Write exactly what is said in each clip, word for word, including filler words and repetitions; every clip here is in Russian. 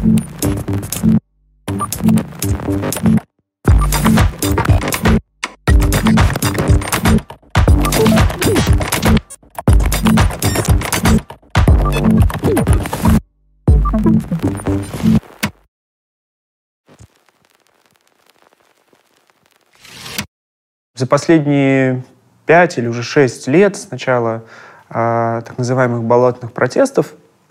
За последние пять или уже шесть лет с начала э, так называемых болотных протестов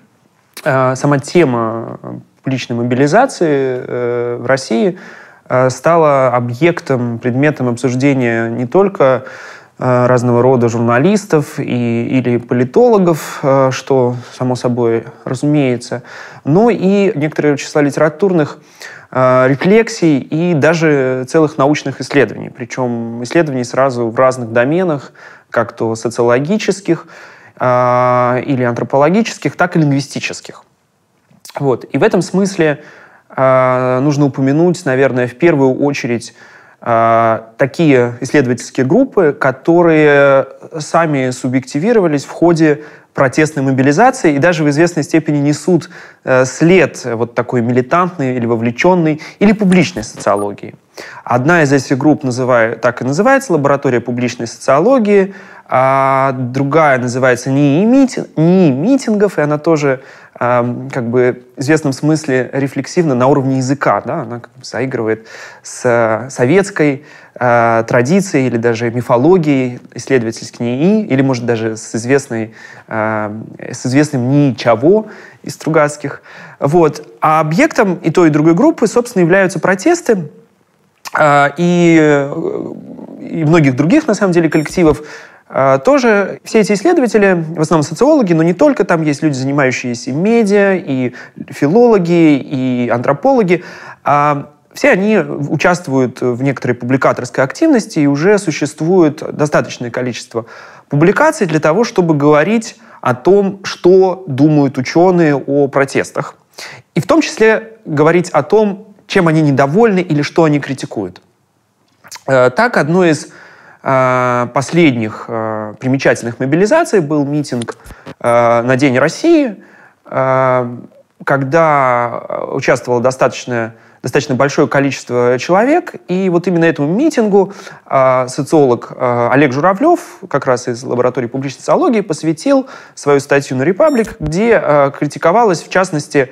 э, сама тема публичной мобилизации э, в России э, стала объектом, предметом обсуждения не только э, разного рода журналистов и, или политологов, э, что само собой разумеется, но и некоторое число литературных рефлексий и даже целых научных исследований. Причем исследований сразу в разных доменах, как то социологических э, или антропологических, так и лингвистических. Вот. И в этом смысле э, нужно упомянуть, наверное, в первую очередь э, такие исследовательские группы, которые сами субъективировались в ходе протестной мобилизации и даже в известной степени несут э, след вот такой милитантной или вовлеченной или публичной социологии. Одна из этих групп называет, так и называется «Лаборатория публичной социологии», а другая называется НИИ, митинг, НИИ митингов, и она тоже э, как бы в известном смысле рефлексивна на уровне языка. Да? Она как бы заигрывает с советской э, традицией или даже мифологией исследовательской НИИ, или, может, даже с, известной, э, с известным НИИ Чаво из Стругацких. Вот. А объектом и той, и другой группы, собственно, являются протесты э, и, и многих других, на самом деле, коллективов. Тоже все эти исследователи, в основном социологи, но не только, там есть люди, занимающиеся медиа, и филологи, и антропологи, все они участвуют в некоторой публикаторской активности, и уже существует достаточное количество публикаций для того, чтобы говорить о том, что думают ученые о протестах. И в том числе говорить о том, чем они недовольны или что они критикуют. Так, одно из последних э, примечательных мобилизаций был митинг э, на День России, э, когда участвовало достаточно, достаточно большое количество человек. И вот именно этому митингу э, социолог э, Олег Журавлев, как раз из лаборатории публичной социологии, посвятил свою статью на «Репаблик», где э, критиковалось, в частности,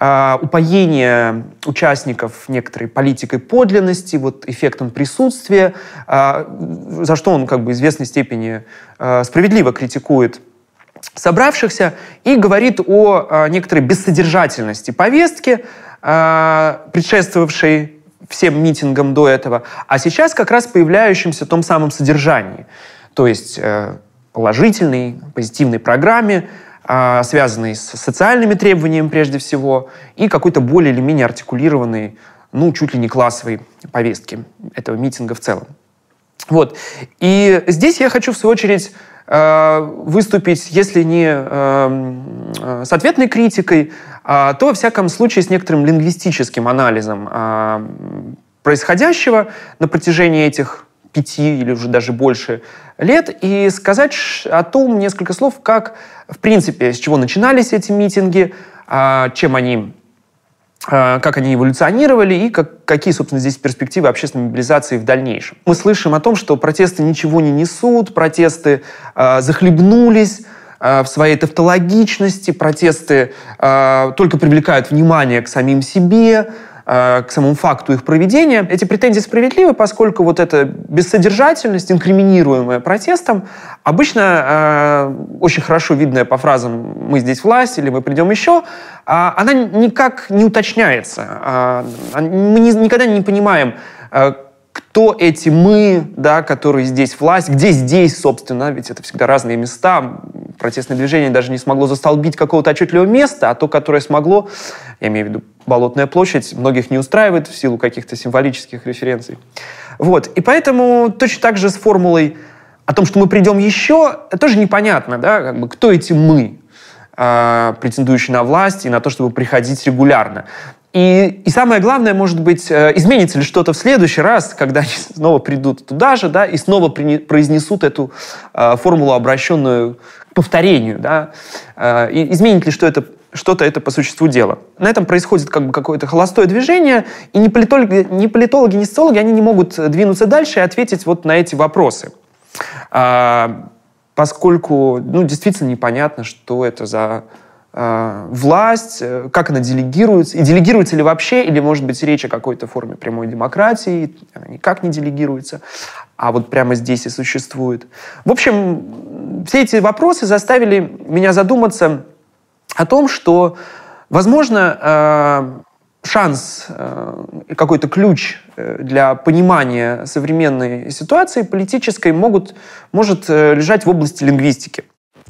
упоение участников некоторой политикой подлинности, вот эффектом присутствия, за что он как бы в известной степени справедливо критикует собравшихся и говорит о некоторой бессодержательности повестки, предшествовавшей всем митингам до этого, а сейчас как раз появляющемся том самом содержании, то есть положительной, позитивной программе, связанный с социальными требованиями прежде всего, и какой-то более или менее артикулированной, ну, чуть ли не классовой повестки этого митинга в целом. Вот. И здесь я хочу, в свою очередь, выступить, если не с ответной критикой, то, во всяком случае, с некоторым лингвистическим анализом происходящего на протяжении этих пяти или уже даже больше лет, и сказать о том несколько слов, как, в принципе, с чего начинались эти митинги, чем они, как они эволюционировали и как, какие, собственно, здесь перспективы общественной мобилизации в дальнейшем. Мы слышим о том, что протесты ничего не несут, протесты захлебнулись в своей тавтологичности, протесты только привлекают внимание к самим себе, к самому факту их проведения. Эти претензии справедливы, поскольку вот эта бессодержательность, инкриминируемая протестом, обычно э, очень хорошо видная по фразам «мы здесь власть» или «мы придем еще», э, она никак не уточняется. Э, мы не, никогда не понимаем, э, кто эти «мы», да, которые здесь власть, где здесь, собственно, ведь это всегда разные места. Протестное движение даже не смогло застолбить какого-то отчетливого места, а то, которое смогло, я имею в виду Болотная площадь, многих не устраивает в силу каких-то символических референций. Вот. И поэтому точно так же с формулой о том, что мы придем еще, тоже непонятно, да, как бы, кто эти «мы», э, претендующие на власть и на то, чтобы приходить регулярно. И, и самое главное, может быть, изменится ли что-то в следующий раз, когда они снова придут туда же, да, и снова произнесут эту э, формулу, обращенную к повторению. Да, э, и изменит ли что это что-то это по существу дела. На этом происходит как бы какое-то холостое движение, и ни политологи, ни политологи, ни социологи, они не могут двинуться дальше и ответить вот на эти вопросы. А, поскольку, ну, действительно непонятно, что это за а, власть, как она делегируется, и делегируется ли вообще, или, может быть, речь о какой-то форме прямой демократии, она никак не делегируется, а вот прямо здесь и существует. В общем, все эти вопросы заставили меня задуматься о том, что, возможно, шанс, какой-то ключ для понимания современной ситуации политической могут, может лежать в области лингвистики.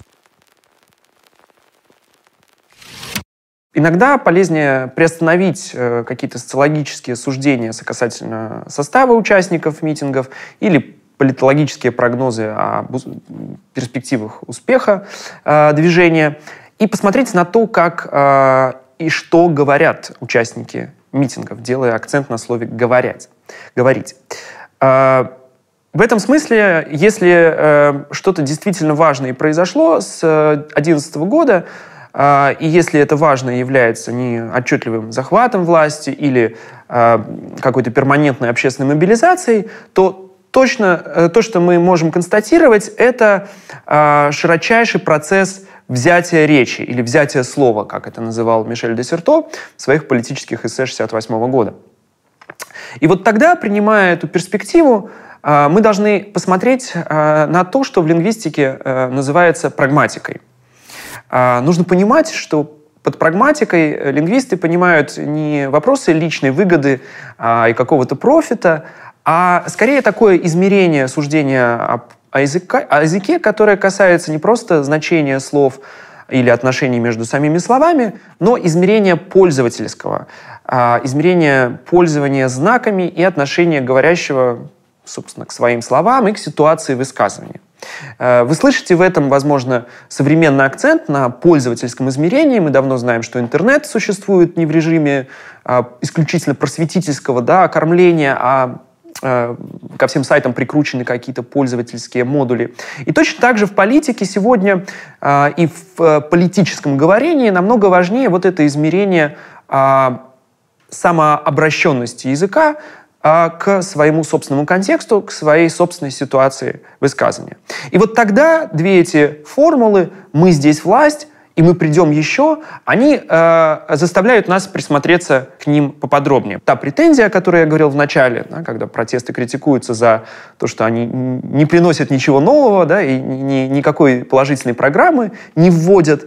Иногда полезнее приостановить какие-то социологические суждения касательно состава участников митингов или политологические прогнозы о перспективах успеха движения, и посмотреть на то, как э, и что говорят участники митингов, делая акцент на слове «говорять», «говорить». Э, в этом смысле, если э, что-то действительно важное произошло с две тысячи одиннадцатого года, э, и если это важное является не отчетливым захватом власти или э, какой-то перманентной общественной мобилизацией, то точно э, то, что мы можем констатировать, это э, широчайший процесс взятие речи или взятие слова, как это называл Мишель де Сюрто в своих политических эссе шестьдесят восьмого года. И вот тогда, принимая эту перспективу, мы должны посмотреть на то, что в лингвистике называется прагматикой. Нужно понимать, что под прагматикой лингвисты понимают не вопросы личной выгоды и какого-то профита, а скорее такое измерение суждения об О языке, о языке, которое касается не просто значения слов или отношений между самими словами, но измерения пользовательского, измерения пользования знаками и отношения говорящего, собственно, к своим словам и к ситуации высказывания. Вы слышите в этом, возможно, современный акцент на пользовательском измерении. Мы давно знаем, что интернет существует не в режиме исключительно просветительского, да, окормления, а ко всем сайтам прикручены какие-то пользовательские модули. И точно так же в политике сегодня э, и в э, политическом говорении намного важнее вот это измерение э, самообращенности языка э, к своему собственному контексту, к своей собственной ситуации высказывания. И вот тогда две эти формулы «мы здесь власть» и мы придем еще, они э, заставляют нас присмотреться к ним поподробнее. Та претензия, о которой я говорил в начале, да, когда протесты критикуются за то, что они не приносят ничего нового, да, и ни, никакой положительной программы не вводят, э,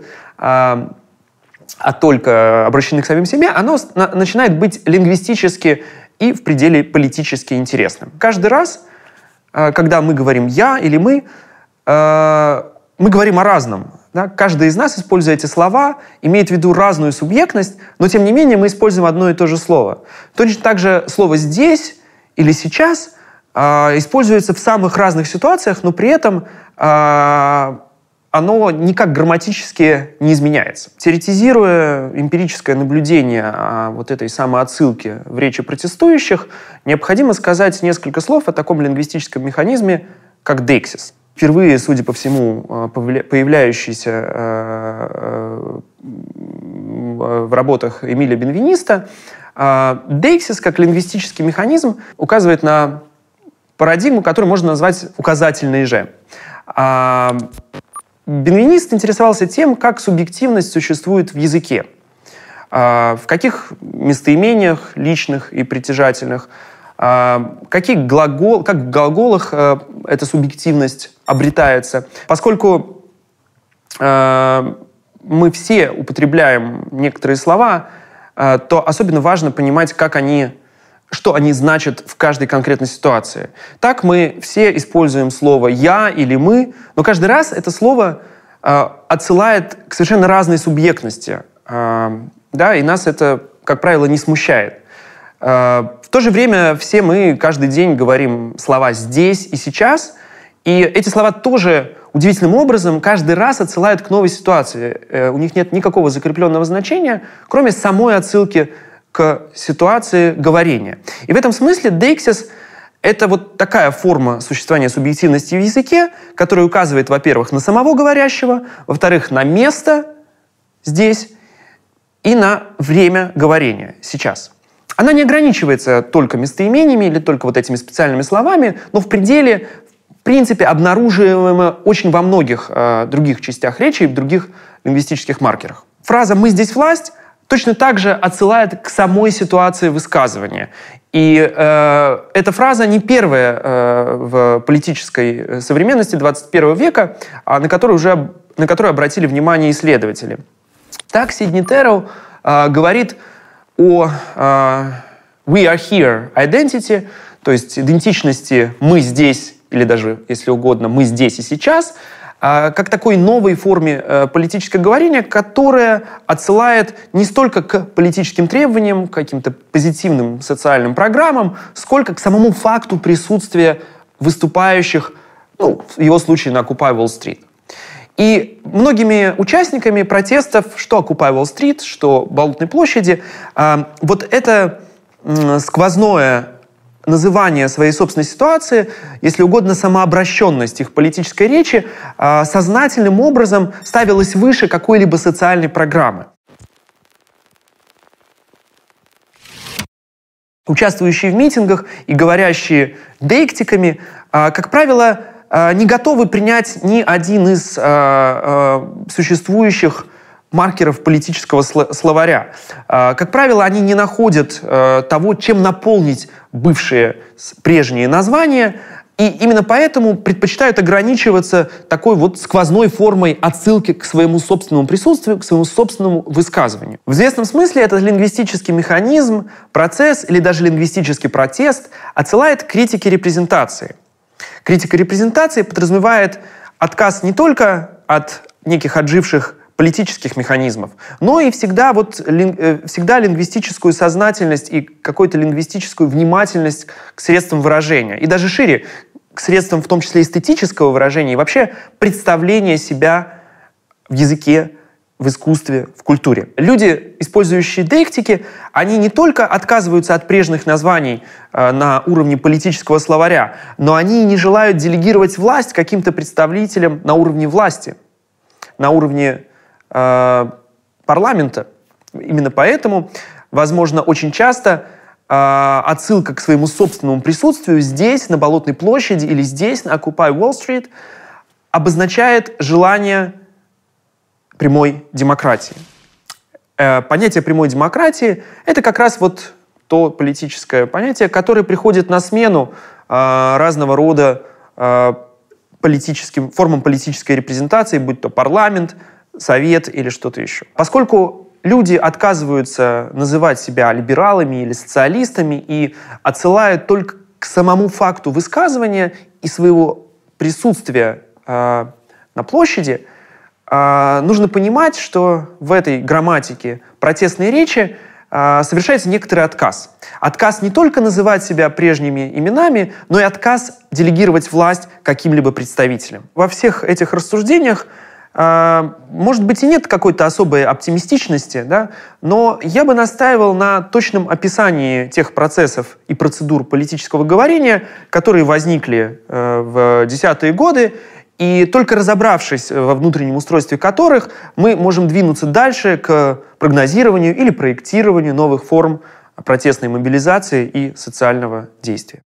а только обращены к самим себе, оно на, начинает быть лингвистически и в пределе политически интересным. Каждый раз, э, когда мы говорим «я» или «мы», э, мы говорим о разном. Да? Каждый из нас, используя эти слова, имеет в виду разную субъектность, но тем не менее мы используем одно и то же слово. Точно так же слово «здесь» или «сейчас» э, используется в самых разных ситуациях, но при этом э, оно никак грамматически не изменяется. Теоретизируя эмпирическое наблюдение о вот этой самоотсылке в речи протестующих, необходимо сказать несколько слов о таком лингвистическом механизме, как дейксис. Впервые, судя по всему, появляющийся в работах Эмиля Бенвениста, дейксис как лингвистический механизм указывает на парадигму, которую можно назвать указательной же. Бенвенист интересовался тем, как субъективность существует в языке, в каких местоимениях личных и притяжательных, какие глагол, как в глаголах эта субъективность обретается. Поскольку э, мы все употребляем некоторые слова, э, то особенно важно понимать, как они, что они значат в каждой конкретной ситуации. Так мы все используем слово «я» или «мы», но каждый раз это слово э, отсылает к совершенно разной субъектности. Э, да, и нас это, как правило, не смущает. Э, в то же время все мы каждый день говорим слова «здесь» и «сейчас», и эти слова тоже удивительным образом каждый раз отсылают к новой ситуации. У них нет никакого закрепленного значения, кроме самой отсылки к ситуации говорения. И в этом смысле дейксис — это вот такая форма существования субъективности в языке, которая указывает, во-первых, на самого говорящего, во-вторых, на место здесь, и на время говорения сейчас. Она не ограничивается только местоимениями или только вот этими специальными словами, но в пределе, в принципе, обнаруживаема очень во многих э, других частях речи и в других лингвистических маркерах. Фраза «мы здесь власть» точно так же отсылает к самой ситуации высказывания. И э, эта фраза не первая э, в политической современности двадцать первого века, а на которую уже на которую обратили внимание исследователи. Так Сидни Террелл э, говорит о э, «we are here» identity, то есть идентичности «мы здесь», или даже, если угодно, «мы здесь и сейчас», как такой новой форме э, политического говорения, которая отсылает не столько к политическим требованиям, к каким-то позитивным социальным программам, сколько к самому факту присутствия выступающих, ну, в его случае, на Occupy Wall Street. И многими участниками протестов, что Occupy Wall Street, что Болотной площади, э, вот это э, сквозное называние своей собственной ситуации, если угодно, самообращенность их политической речи, э, сознательным образом ставилась выше какой-либо социальной программы. Участвующие в митингах и говорящие дейктиками, э, как правило, э, не готовы принять ни один из э, э, существующих маркеров политического словаря. Как правило, они не находят того, чем наполнить бывшие прежние названия, и именно поэтому предпочитают ограничиваться такой вот сквозной формой отсылки к своему собственному присутствию, к своему собственному высказыванию. В известном смысле этот лингвистический механизм, процесс или даже лингвистический протест отсылает к критике репрезентации. Критика репрезентации подразумевает отказ не только от неких отживших политических механизмов, но и всегда, вот, линг, всегда лингвистическую сознательность и какую-то лингвистическую внимательность к средствам выражения. И даже шире, к средствам в том числе эстетического выражения и вообще представления себя в языке, в искусстве, в культуре. Люди, использующие дейктики, они не только отказываются от прежних названий э, на уровне политического словаря, но они не желают делегировать власть каким-то представителям на уровне власти, на уровне парламента. Именно поэтому, возможно, очень часто э, отсылка к своему собственному присутствию здесь, на Болотной площади, или здесь, на Occupy Wall Street, обозначает желание прямой демократии. Э, понятие прямой демократии — это как раз вот то политическое понятие, которое приходит на смену э, разного рода э, политическим, формам политической репрезентации, будь то парламент, совет или что-то еще. Поскольку люди отказываются называть себя либералами или социалистами и отсылают только к самому факту высказывания и своего присутствия э, на площади, э, нужно понимать, что в этой грамматике протестной речи э, совершается некоторый отказ. Отказ не только называть себя прежними именами, но и отказ делегировать власть каким-либо представителям. Во всех этих рассуждениях может быть, и нет какой-то особой оптимистичности, да, но я бы настаивал на точном описании тех процессов и процедур политического говорения, которые возникли э, в десятые годы, и только разобравшись во внутреннем устройстве которых, мы можем двинуться дальше к прогнозированию или проектированию новых форм протестной мобилизации и социального действия.